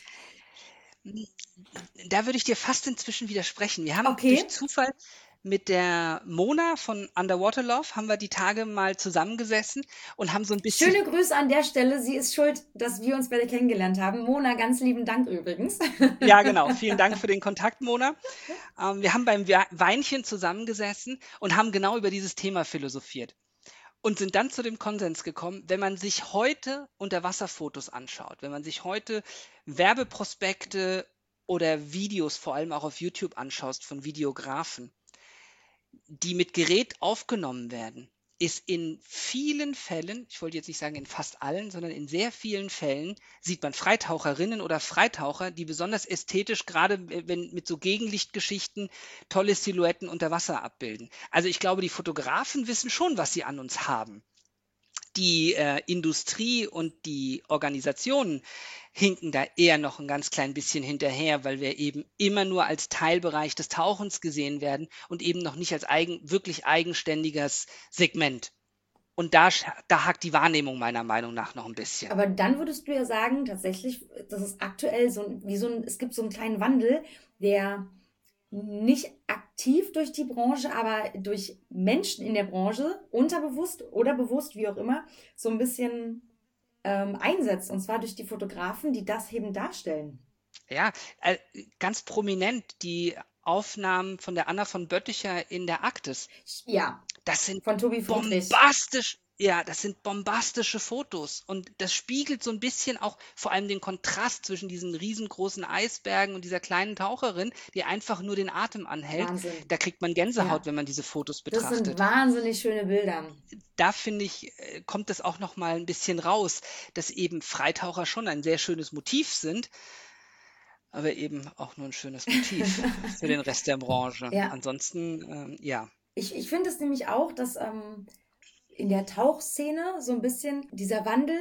Da würde ich dir fast inzwischen widersprechen. Wir haben durch Okay. Zufall mit der Mona von Underwater Love haben wir die Tage mal zusammengesessen und haben so ein bisschen, Schöne Grüße an der Stelle. Sie ist schuld, dass wir uns beide kennengelernt haben. Mona, ganz lieben Dank übrigens. ja genau, vielen Dank für den Kontakt, Mona. Ähm, wir haben beim We- Weinchen zusammengesessen und haben genau über dieses Thema philosophiert und sind dann zu dem Konsens gekommen, wenn man sich heute Unterwasserfotos anschaut, wenn man sich heute Werbeprospekte oder Videos vor allem auch auf YouTube anschaust von Videografen, die mit Gerät aufgenommen werden, ist in vielen Fällen, ich wollte jetzt nicht sagen in fast allen, sondern in sehr vielen Fällen sieht man Freitaucherinnen oder Freitaucher, die besonders ästhetisch, gerade wenn mit so Gegenlichtgeschichten, tolle Silhouetten unter Wasser abbilden. Also ich glaube, die Fotografen wissen schon, was sie an uns haben. Die äh, Industrie und die Organisationen hinken da eher noch ein ganz klein bisschen hinterher, weil wir eben immer nur als Teilbereich des Tauchens gesehen werden und eben noch nicht als eigen, wirklich eigenständiges Segment. Und da, sch- da hakt die Wahrnehmung meiner Meinung nach noch ein bisschen. Aber dann würdest du ja sagen, tatsächlich, das ist aktuell so ein, wie so ein, es gibt so einen kleinen Wandel, der nicht aktiv durch die Branche, aber durch Menschen in der Branche, unterbewusst oder bewusst, wie auch immer, so ein bisschen ähm, einsetzt. Und zwar durch die Fotografen, die das eben darstellen. Ja, äh, ganz prominent die Aufnahmen von der Anna von Bötticher in der Arktis. Ja, Das sind von Tobi Friedrich. bombastisch, ja, das sind bombastische Fotos. Und das spiegelt so ein bisschen auch vor allem den Kontrast zwischen diesen riesengroßen Eisbergen und dieser kleinen Taucherin, die einfach nur den Atem anhält. Wahnsinn. Da kriegt man Gänsehaut, Ja, wenn man diese Fotos das sind betrachtet. wahnsinnig schöne Bilder. Da finde ich, äh, kommt es auch noch mal ein bisschen raus, dass eben Freitaucher schon ein sehr schönes Motiv sind, aber eben auch nur ein schönes Motiv für den Rest der Branche. Ja, Ansonsten, ähm, ja. ich, ich finde es nämlich auch, dass ähm, in der Tauchszene so ein bisschen dieser Wandel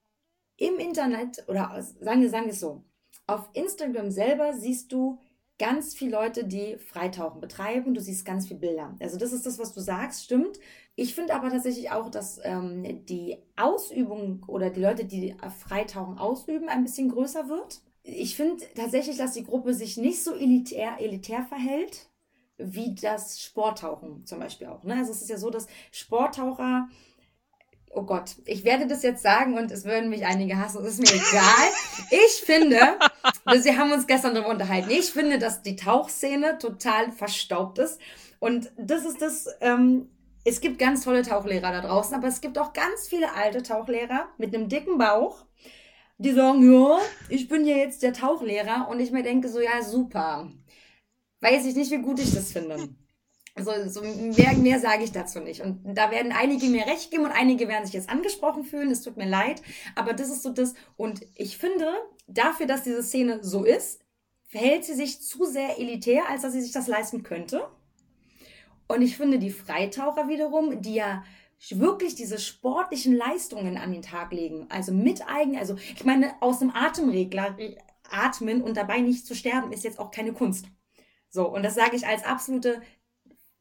im Internet, oder aus- sagen wir, sagen wir es so, auf Instagram selber siehst du ganz viele Leute, die Freitauchen betreiben. Du siehst ganz viele Bilder. Also das ist das, was du sagst, stimmt. Ich finde aber tatsächlich auch, dass ähm, die Ausübung oder die Leute, die Freitauchen ausüben, ein bisschen größer wird. Ich finde tatsächlich, dass die Gruppe sich nicht so elitär, elitär verhält, wie das Sporttauchen zum Beispiel auch. Ne? Also es ist ja so, dass Sporttaucher, oh Gott, ich werde das jetzt sagen und es würden mich einige hassen, es ist mir egal. Ich finde, wir haben uns gestern darüber unterhalten, ich finde, dass die Tauchszene total verstaubt ist. Und das ist das, ähm, es gibt ganz tolle Tauchlehrer da draußen, aber es gibt auch ganz viele alte Tauchlehrer mit einem dicken Bauch, die sagen, ja, ich bin ja jetzt der Tauchlehrer und ich mir denke so, ja, super. Weiß ich nicht, wie gut ich das finde. Also so mehr, mehr sage ich dazu nicht. Und da werden einige mir recht geben und einige werden sich jetzt angesprochen fühlen. Es tut mir leid, aber das ist so das. Und ich finde, dafür, dass diese Szene so ist, verhält sie sich zu sehr elitär, als dass sie sich das leisten könnte. Und ich finde, die Freitaucher wiederum, die ja wirklich diese sportlichen Leistungen an den Tag legen, also mit eigen, also ich meine, aus dem Atemregler atmen und dabei nicht zu sterben, ist jetzt auch keine Kunst. So, und das sage ich als absolute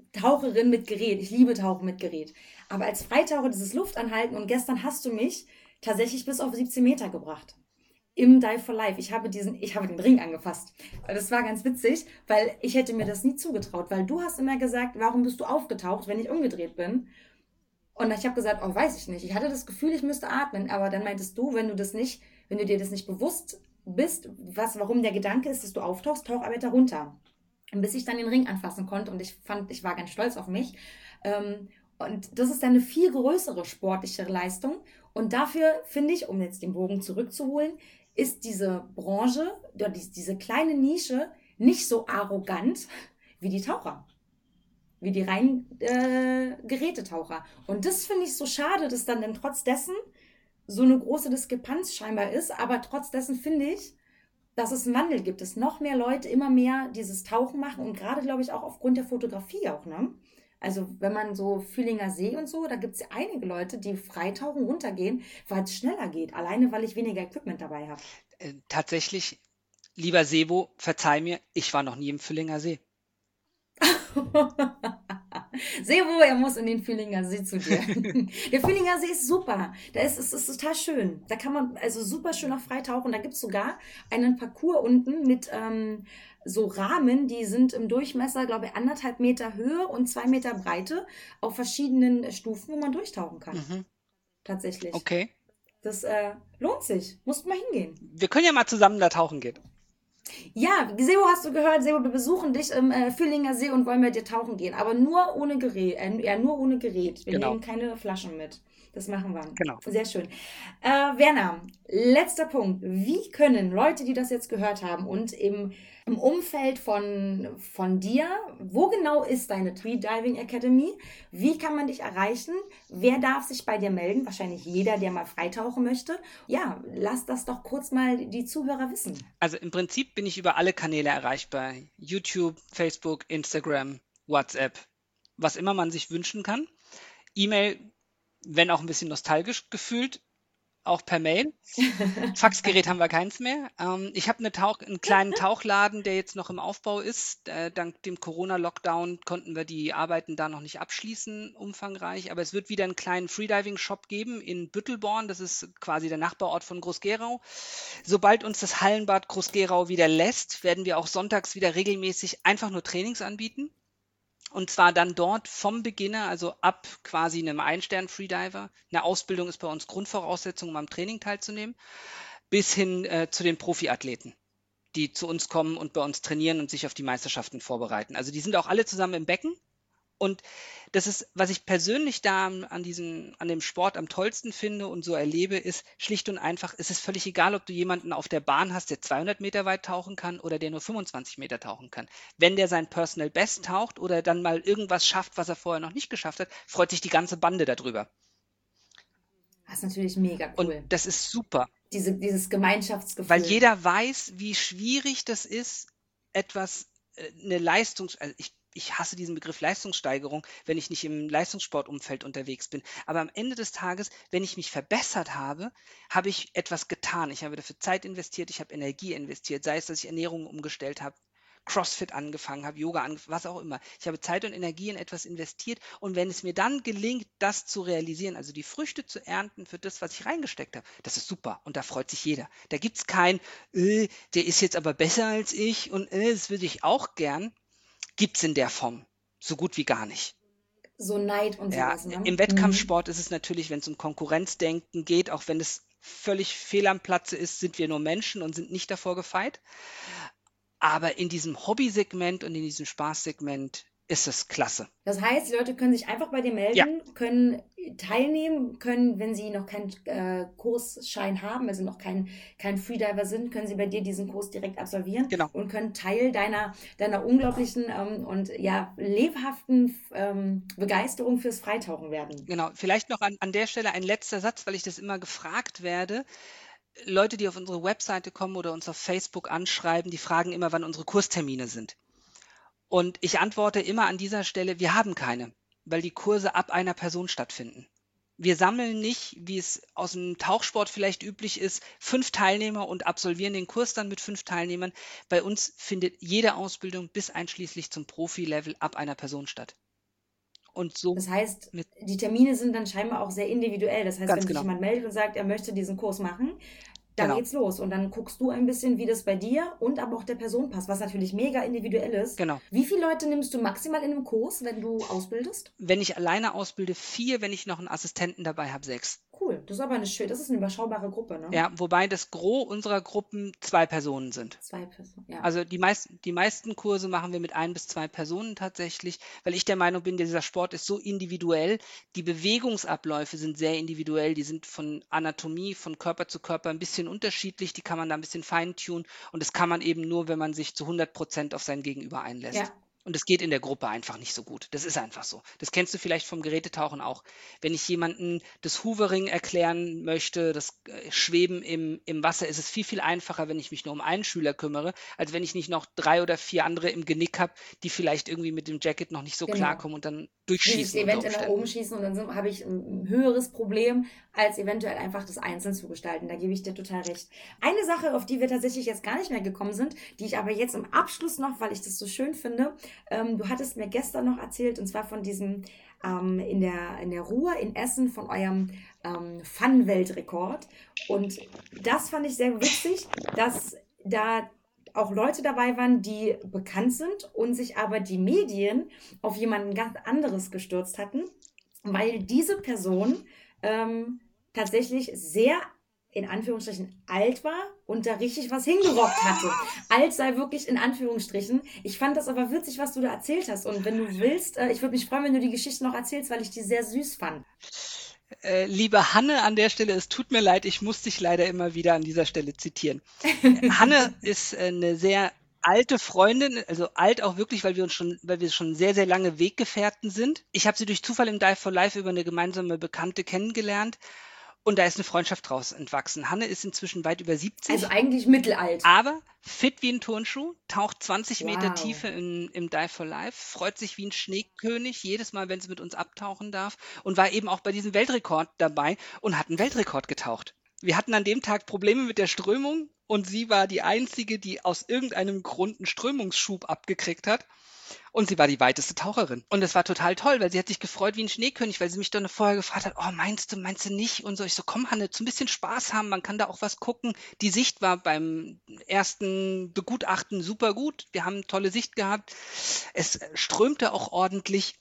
Taucherin mit Gerät. Ich liebe Tauchen mit Gerät. Aber als Freitaucher dieses Luftanhalten und gestern hast du mich tatsächlich bis auf siebzehn Meter gebracht. Im Dive for Life. Ich habe diesen, ich habe den Ring angefasst. Das war ganz witzig, weil ich hätte mir das nie zugetraut, weil du hast immer gesagt, warum bist du aufgetaucht, wenn ich umgedreht bin? Und ich habe gesagt, oh, weiß ich nicht. Ich hatte das Gefühl, ich müsste atmen, aber dann meintest du, wenn du das nicht, wenn du dir das nicht bewusst bist, was, warum der Gedanke ist, dass du auftauchst, tauch aber da runter. Und bis ich dann den Ring anfassen konnte und ich fand, ich war ganz stolz auf mich. Ähm, und das ist dann eine viel größere sportliche Leistung. Und dafür finde ich, um jetzt den Bogen zurückzuholen, ist diese Branche, oder die- diese kleine Nische nicht so arrogant wie die Taucher, wie die rein äh, Gerätetaucher. Und das finde ich so schade, dass dann, dann trotz dessen so eine große Diskrepanz scheinbar ist. Aber trotz dessen finde ich, dass es einen Wandel gibt, dass noch mehr Leute immer mehr dieses Tauchen machen und gerade, glaube ich, auch aufgrund der Fotografie auch, ne? Also wenn man so Fühlinger See und so, da gibt es ja einige Leute, die freitauchen, runtergehen, weil es schneller geht, alleine weil ich weniger Equipment dabei habe. Äh, tatsächlich, lieber Sebo, verzeih mir, ich war noch nie im Füllinger See. Sebo, er muss in den Fühlinger See zu dir. Der Fühlinger See ist super. Da ist es ist total schön. Da kann man also super schön auch freitauchen. Da gibt es sogar einen Parcours unten mit ähm, so Rahmen, die sind im Durchmesser, glaube ich, anderthalb Meter Höhe und zwei Meter Breite auf verschiedenen Stufen, wo man durchtauchen kann. Mhm. Tatsächlich. Okay. Das äh, lohnt sich. Musst mal hingehen. Wir können ja mal zusammen da tauchen gehen. Ja, Sebo, hast du gehört, Sebo, wir besuchen dich im äh, Fühlinger See und wollen mit dir tauchen gehen. Aber nur ohne Gerät. Äh, ja, nur ohne Gerät. Wir Genau, nehmen keine Flaschen mit. Das machen wir. genau. Sehr schön. Äh, Werner, letzter Punkt. Wie können Leute, die das jetzt gehört haben und im, im Umfeld von, von dir, wo genau ist deine Tree Diving Academy? Wie kann man dich erreichen? Wer darf sich bei dir melden? Wahrscheinlich jeder, der mal freitauchen möchte. Ja, lass das doch kurz mal die Zuhörer wissen. Also im Prinzip bin ich über alle Kanäle erreichbar. YouTube, Facebook, Instagram, WhatsApp, was immer man sich wünschen kann. E-Mail, wenn auch ein bisschen nostalgisch gefühlt, auch per Mail. Faxgerät haben wir keins mehr. Ähm, ich habe eine Tauch, einen kleinen Tauchladen, der jetzt noch im Aufbau ist. Äh, dank dem Corona-Lockdown konnten wir die Arbeiten da noch nicht abschließen, umfangreich. Aber es wird wieder einen kleinen Freediving-Shop geben in Büttelborn. Das ist quasi der Nachbarort von Groß-Gerau. Sobald uns das Hallenbad Groß-Gerau wieder lässt, werden wir auch sonntags wieder regelmäßig einfach nur Trainings anbieten. Und zwar dann dort vom Beginner, also ab quasi einem Ein-Stern-Freediver. Eine Ausbildung ist bei uns Grundvoraussetzung, um am Training teilzunehmen, bis hin äh, zu den Profiathleten, die zu uns kommen und bei uns trainieren und sich auf die Meisterschaften vorbereiten. Also die sind auch alle zusammen im Becken. Und das ist, was ich persönlich da an, an diesem, an dem Sport am tollsten finde und so erlebe, ist schlicht und einfach, es ist völlig egal, ob du jemanden auf der Bahn hast, der zweihundert Meter weit tauchen kann oder der nur fünfundzwanzig Meter tauchen kann. Wenn der sein Personal Best taucht oder dann mal irgendwas schafft, was er vorher noch nicht geschafft hat, freut sich die ganze Bande darüber. Das ist natürlich mega Und cool. das ist super, Diese, dieses weil Gemeinschaftsgefühl. jeder weiß, wie schwierig das ist, etwas, äh, eine Leistungs, also ich, ich hasse diesen Begriff Leistungssteigerung, wenn ich nicht im Leistungssportumfeld unterwegs bin. Aber am Ende des Tages, wenn ich mich verbessert habe, habe ich etwas getan. Ich habe dafür Zeit investiert, ich habe Energie investiert, sei es, dass ich Ernährung umgestellt habe, CrossFit angefangen habe, Yoga angefangen, was auch immer. Ich habe Zeit und Energie in etwas investiert und wenn es mir dann gelingt, das zu realisieren, also die Früchte zu ernten für das, was ich reingesteckt habe, das ist super und da freut sich jeder. Da gibt es kein, äh, der ist jetzt aber besser als ich und äh, das würde ich auch gern. Gibt es in der Form so gut wie gar nicht. So Neid und Ja, sowas, ne? im Mhm. Wettkampfsport ist es natürlich, wenn es um Konkurrenzdenken geht, auch wenn es völlig fehl am Platze ist, sind wir nur Menschen und sind nicht davor gefeit. Aber in diesem Hobbysegment und in diesem Spaßsegment ist es klasse. Das heißt, die Leute können sich einfach bei dir Ja, melden, können teilnehmen, können, wenn sie noch keinen äh, Kursschein haben, also noch kein, kein Freediver sind, können sie bei dir diesen Kurs direkt absolvieren genau. und können Teil deiner, deiner unglaublichen ähm, und ja, lebhaften ähm, Begeisterung fürs Freitauchen werden. Genau. Vielleicht noch an, an der Stelle ein letzter Satz, weil ich das immer gefragt werde. Leute, die auf unsere Webseite kommen oder uns auf Facebook anschreiben, die fragen immer, wann unsere Kurstermine sind. Und ich antworte immer an dieser Stelle, wir haben keine, weil die Kurse ab einer Person stattfinden. Wir sammeln nicht, wie es aus dem Tauchsport vielleicht üblich ist, fünf Teilnehmer und absolvieren den Kurs dann mit fünf Teilnehmern. Bei uns findet jede Ausbildung bis einschließlich zum Profi-Level ab einer Person statt. Und so Das heißt, mit, die Termine sind dann scheinbar auch sehr individuell. Das heißt, ganz wenn sich genau, jemand meldet und sagt, er möchte diesen Kurs machen, dann genau, geht's los. Und dann guckst du ein bisschen, wie das bei dir und aber auch der Person passt, was natürlich mega individuell ist. genau. Wie viele Leute nimmst du maximal in einem Kurs, wenn du ausbildest? Wenn ich alleine ausbilde, vier, wenn ich noch einen Assistenten dabei habe, sechs. Cool. Das ist aber eine schön, das ist eine überschaubare Gruppe, ne? Ja, wobei das Gros unserer Gruppen zwei Personen sind. Zwei Personen, ja. Also die meisten, die meisten Kurse machen wir mit ein bis zwei Personen tatsächlich, weil ich der Meinung bin, dieser Sport ist so individuell. Die Bewegungsabläufe sind sehr individuell. Die sind von Anatomie, von Körper zu Körper ein bisschen unterschiedlich. Die kann man da ein bisschen feintunen. Und das kann man eben nur, wenn man sich zu hundert Prozent auf sein Gegenüber einlässt. Ja, Und das geht in der Gruppe einfach nicht so gut. Das ist einfach so. Das kennst du vielleicht vom Gerätetauchen auch. Wenn ich jemandem das Hoovering erklären möchte, das äh, Schweben im, im Wasser, ist es viel, viel einfacher, wenn ich mich nur um einen Schüler kümmere, als wenn ich nicht noch drei oder vier andere im Genick habe, die vielleicht irgendwie mit dem Jacket noch nicht so genau. klarkommen und dann Die sich durchschießen unter eventuell nach oben Umständen. schießen und dann sind- habe ich ein höheres Problem, als eventuell einfach das einzeln zu gestalten. Da gebe ich dir total recht. Eine Sache, auf die wir tatsächlich jetzt gar nicht mehr gekommen sind, die ich aber jetzt im Abschluss noch, weil ich das so schön finde, ähm, du hattest mir gestern noch erzählt, und zwar von diesem ähm, in der, in der Ruhr in Essen, von eurem ähm, Fun-Weltrekord. Und das fand ich sehr witzig, dass da auch Leute dabei waren, die bekannt sind und sich aber die Medien auf jemanden ganz anderes gestürzt hatten, weil diese Person ähm, tatsächlich sehr in Anführungsstrichen alt war und da richtig was hingerockt hatte. Alt sei wirklich in Anführungsstrichen. Ich fand das aber witzig, was du da erzählt hast. Und wenn du willst, äh, ich würde mich freuen, wenn du die Geschichte noch erzählst, weil ich die sehr süß fand. Äh, liebe Hanne an der Stelle, es tut mir leid, ich muss dich leider immer wieder an dieser Stelle zitieren. Hanne ist äh, eine sehr alte Freundin, also alt auch wirklich, weil wir uns schon, weil wir schon sehr, sehr lange Weggefährten sind. Ich habe sie durch Zufall im Dive for Life über eine gemeinsame Bekannte kennengelernt und da ist eine Freundschaft draus entwachsen. Hanne ist inzwischen weit über Also siebzig, eigentlich mittelalt. aber fit wie ein Turnschuh, taucht zwanzig Meter Wow. Tiefe in, im Dive for Life, freut sich wie ein Schneekönig jedes Mal, wenn sie mit uns abtauchen darf und war eben auch bei diesem Weltrekord dabei und hat einen Weltrekord getaucht. Wir hatten an dem Tag Probleme mit der Strömung und sie war die Einzige, die aus irgendeinem Grund einen Strömungsschub abgekriegt hat. Und sie war die weiteste Taucherin. Und das war total toll, weil sie hat sich gefreut wie ein Schneekönig, weil sie mich dann vorher gefragt hat, oh, meinst du, meinst du nicht? Und so, ich so, komm, Hanne, so ein bisschen Spaß haben, man kann da auch was gucken. Die Sicht war beim ersten Begutachten super gut. Wir haben tolle Sicht gehabt. Es strömte auch ordentlich.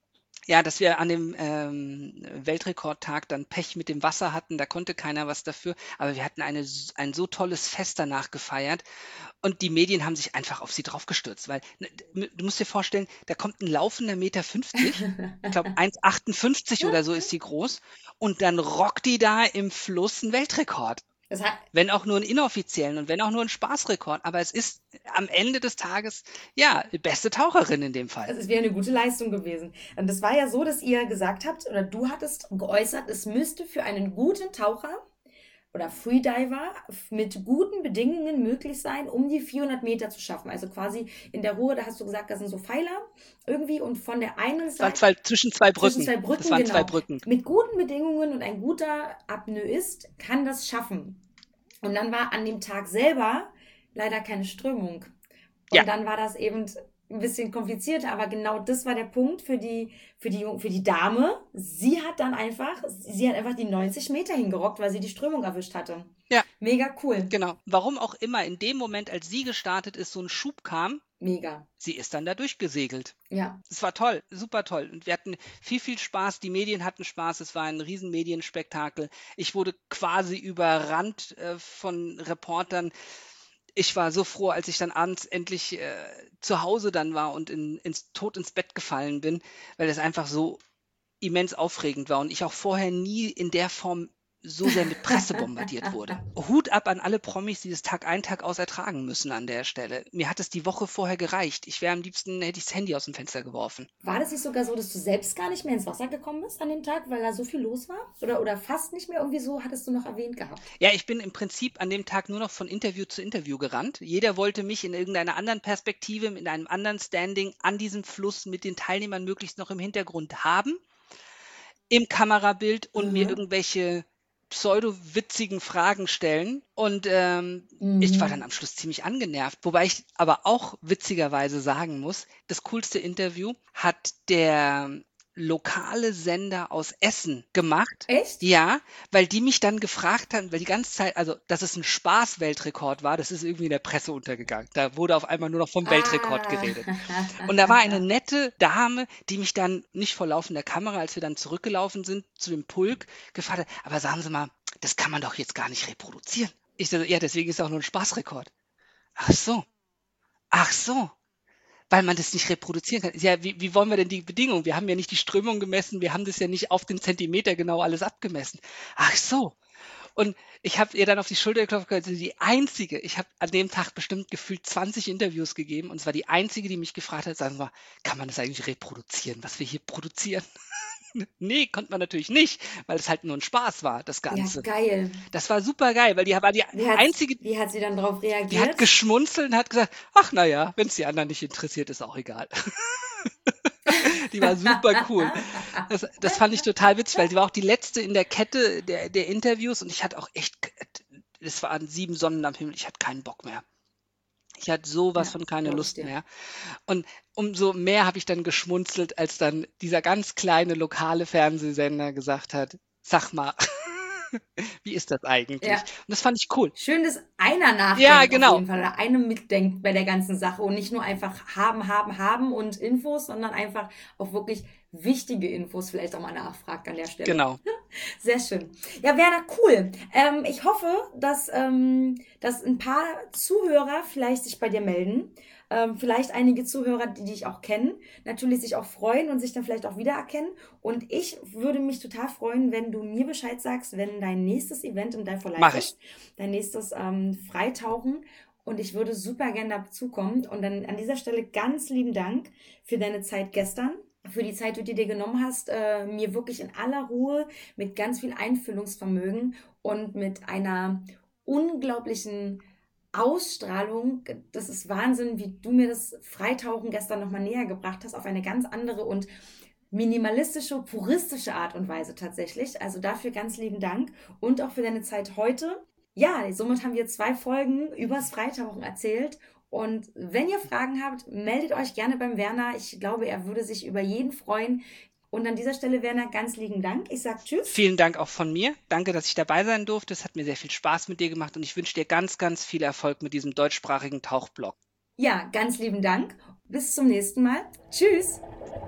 Ja, dass wir an dem ähm, Weltrekordtag dann Pech mit dem Wasser hatten, da konnte keiner was dafür. Aber wir hatten eine, s- ein so tolles Fest danach gefeiert und die Medien haben sich einfach auf sie draufgestürzt, weil ne, d- du musst dir vorstellen, da kommt ein laufender Meter fünfzig, ich glaube eins Komma achtundfünfzig oder so ist sie groß und dann rockt die da im Fluss einen Weltrekord. Das hat, Wenn auch nur einen inoffiziellen und wenn auch nur ein Spaßrekord. Aber es ist am Ende des Tages, ja, die beste Taucherin in dem Fall. es ist wieder eine gute Leistung gewesen. Und das war ja so, dass ihr gesagt habt, oder du hattest geäußert, es müsste für einen guten Taucher oder Freediver mit guten Bedingungen möglich sein, um die vierhundert Meter zu schaffen. Also quasi in der Ruhe, da hast du gesagt, das sind so Pfeiler irgendwie und von der einen Es waren Seite zwei, zwischen zwei zwischen Brücken. zwei Das Brücken, waren zwei genau. Brücken. Mit guten Bedingungen und ein guter Apnoeist kann das schaffen. Und dann war an dem Tag selber leider keine Strömung. Und Ja, dann war das eben ein bisschen komplizierter, aber genau das war der Punkt für die, für die, Jung- für die Dame. Sie hat dann einfach, sie hat einfach die neunzig Meter hingerockt, weil sie die Strömung erwischt hatte. ja, Mega cool. genau. Warum auch immer in dem Moment, als sie gestartet ist, so ein Schub kam, Mega. sie ist dann da durchgesegelt. Ja. Es war toll, super toll. Und wir hatten viel, viel Spaß. Die Medien hatten Spaß. Es war ein riesen Medienspektakel. Ich wurde quasi überrannt äh, von Reportern. Ich war so froh, als ich dann abends endlich äh, zu Hause dann war und in, ins, tot ins Bett gefallen bin, weil es einfach so immens aufregend war und ich auch vorher nie in der Form so sehr mit Presse bombardiert wurde. Hut ab an alle Promis, die das Tag ein, Tag aus ertragen müssen an der Stelle. Mir hat es die Woche vorher gereicht. Ich wäre am liebsten, hätte ich das Handy aus dem Fenster geworfen. War das nicht sogar so, dass du selbst gar nicht mehr ins Wasser gekommen bist an dem Tag, weil da so viel los war? Oder, oder fast nicht mehr? Irgendwie so hattest du noch erwähnt gehabt. Ja, ich bin im Prinzip an dem Tag nur noch von Interview zu Interview gerannt. Jeder wollte mich in irgendeiner anderen Perspektive, in einem anderen Standing an diesem Fluss mit den Teilnehmern möglichst noch im Hintergrund haben, im Kamerabild und mir Mhm. irgendwelche pseudo-witzigen Fragen stellen. Und ähm, ich war dann Mhm. am Schluss ziemlich angenervt. Wobei ich aber auch witzigerweise sagen muss, das coolste Interview hat der lokale Sender aus Essen gemacht. Echt? Ja, weil die mich dann gefragt haben, weil die ganze Zeit, also dass es ein Spaß-Weltrekord war, das ist irgendwie in der Presse untergegangen. Da wurde auf einmal nur noch vom Weltrekord Ah. geredet. Und da war eine nette Dame, die mich dann nicht vor laufender Kamera, als wir dann zurückgelaufen sind zu dem Pulk, gefragt hat, aber sagen Sie mal, das kann man doch jetzt gar nicht reproduzieren. Ich so, ja, deswegen ist es auch nur ein Spaßrekord. Ach so, ach so. Weil man das nicht reproduzieren kann. Ja, wie, wie wollen wir denn die Bedingungen? Wir haben ja nicht die Strömung gemessen, wir haben das ja nicht auf den Zentimeter genau alles abgemessen. Ach so. Und ich habe ihr dann auf die Schulter geklopft, gesagt, sie die einzige, ich habe an dem Tag bestimmt gefühlt zwanzig Interviews gegeben und es war die einzige, die mich gefragt hat, sagen wir mal, kann man das eigentlich reproduzieren, was wir hier produzieren? Nee, konnte man natürlich nicht, weil es halt nur ein Spaß war, das Ja, Ganze. geil. Das war super geil, weil die war die Wie hat, einzige, wie hat sie dann darauf die hat reagiert? geschmunzelt und hat gesagt, ach naja, wenn es die anderen nicht interessiert, ist auch egal. Die war super cool. Das, das fand ich total witzig, weil sie war auch die letzte in der Kette der, der Interviews und ich hatte auch echt, es waren sieben Sonnen am Himmel, ich hatte keinen Bock mehr. Ich hatte sowas Ja, von keine glaube ich Lust dir. mehr. Und umso mehr habe ich dann geschmunzelt, als dann dieser ganz kleine lokale Fernsehsender gesagt hat, sag mal, wie ist das eigentlich? Ja. Und das fand ich cool. Schön, dass einer nachdenkt Ja, auf genau. jeden Fall oder eine mitdenkt bei der ganzen Sache und nicht nur einfach haben, haben, haben und Infos, sondern einfach auch wirklich wichtige Infos vielleicht auch mal nachfragt an der Stelle. Genau. Sehr schön. Ja, Werner, cool. Ähm, ich hoffe, dass, ähm, dass ein paar Zuhörer vielleicht sich bei dir melden. Ähm, vielleicht einige Zuhörer, die dich auch kennen, natürlich sich auch freuen und sich dann vielleicht auch wiedererkennen. Und ich würde mich total freuen, wenn du mir Bescheid sagst, wenn dein nächstes Event im Dive for Mach Life ich. ist, dein nächstes ähm, Freitauchen. Und ich würde super gerne dazukommen. Und dann an dieser Stelle ganz lieben Dank für deine Zeit gestern, für die Zeit, die du dir genommen hast, äh, mir wirklich in aller Ruhe mit ganz viel Einfühlungsvermögen und mit einer unglaublichen Ausstrahlung. Das ist Wahnsinn, wie du mir das Freitauchen gestern nochmal näher gebracht hast, auf eine ganz andere und minimalistische, puristische Art und Weise tatsächlich. Also dafür ganz lieben Dank und auch für deine Zeit heute. Ja, somit haben wir zwei Folgen übers Freitauchen erzählt. Und wenn ihr Fragen habt, meldet euch gerne beim Werner. Ich glaube, er würde sich über jeden freuen. Und an dieser Stelle, Werner, ganz lieben Dank. Ich sage Tschüss. Vielen Dank auch von mir. Danke, dass ich dabei sein durfte. Es hat mir sehr viel Spaß mit dir gemacht und ich wünsche dir ganz, ganz viel Erfolg mit diesem deutschsprachigen Tauchblog. Ja, ganz lieben Dank. Bis zum nächsten Mal. Tschüss.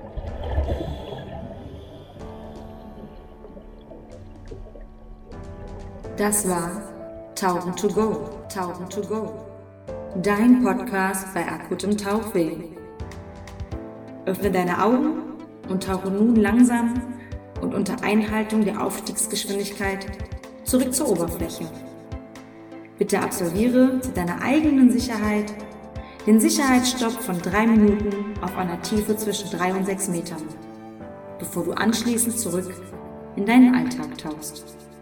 Das war Tauchen to go, Tauchen to go. Dein Podcast bei akutem Tauchweh. Öffne deine Augen und tauche nun langsam und unter Einhaltung der Aufstiegsgeschwindigkeit zurück zur Oberfläche. Bitte absolviere zu deiner eigenen Sicherheit den Sicherheitsstopp von drei Minuten auf einer Tiefe zwischen drei und sechs Metern, bevor du anschließend zurück in deinen Alltag tauchst.